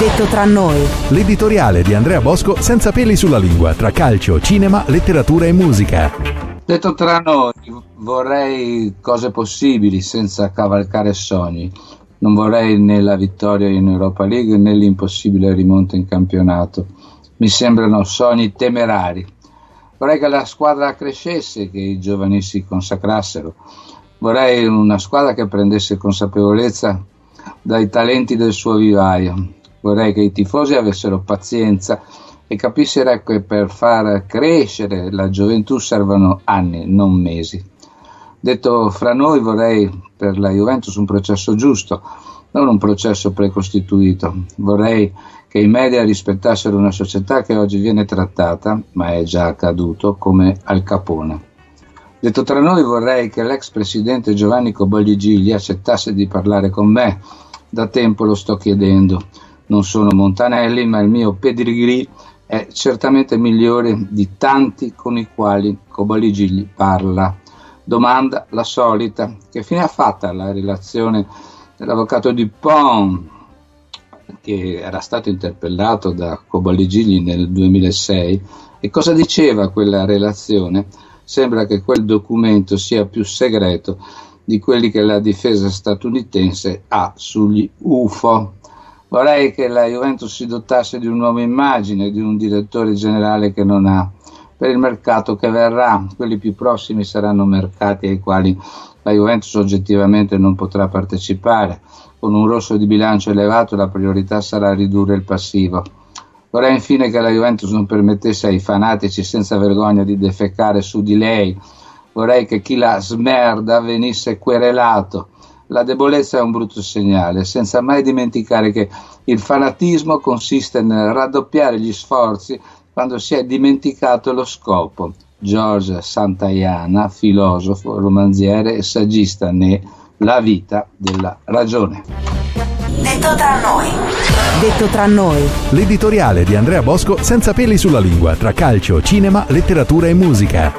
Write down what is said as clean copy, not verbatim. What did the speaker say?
Detto tra noi. L'editoriale di Andrea Bosco senza peli sulla lingua, tra calcio, cinema, letteratura e musica. Detto tra noi, vorrei cose possibili senza cavalcare sogni. Non vorrei né la vittoria in Europa League né l'impossibile rimonta in campionato. Mi sembrano sogni temerari. Vorrei che la squadra crescesse, che i giovani si consacrassero. Vorrei una squadra che prendesse consapevolezza dai talenti del suo vivaio. Vorrei che i tifosi avessero pazienza e capissero che per far crescere la gioventù servono anni, non mesi. Detto fra noi, vorrei per la Juventus un processo giusto, non un processo precostituito. Vorrei che i media rispettassero una società che oggi viene trattata, ma è già accaduto, come Al Capone. Detto tra noi, vorrei che l'ex presidente Giovanni Cobolli Gigli accettasse di parlare con me. Da tempo lo sto chiedendo. Non sono Montanelli, ma il mio pedigree è certamente migliore di tanti con i quali Cobolli Gigli parla. Domanda la solita: che fine ha fatta la relazione dell'avvocato Dupont, che era stato interpellato da Cobolli Gigli nel 2006? E cosa diceva quella relazione? Sembra che quel documento sia più segreto di quelli che la difesa statunitense ha sugli UFO. Vorrei che la Juventus si dotasse di un nuovo immagine, di un direttore generale che non ha. Per il mercato che verrà, quelli più prossimi saranno mercati ai quali la Juventus oggettivamente non potrà partecipare. Con un rosso di bilancio elevato la priorità sarà ridurre il passivo. Vorrei infine che la Juventus non permettesse ai fanatici senza vergogna di defecare su di lei. Vorrei che chi la smerda venisse querelato. La debolezza è un brutto segnale, senza mai dimenticare che il fanatismo consiste nel raddoppiare gli sforzi quando si è dimenticato lo scopo. George Santayana, filosofo, romanziere e saggista, ne La vita della ragione. Detto tra noi. Detto tra noi. L'editoriale di Andrea Bosco senza peli sulla lingua, tra calcio, cinema, letteratura e musica.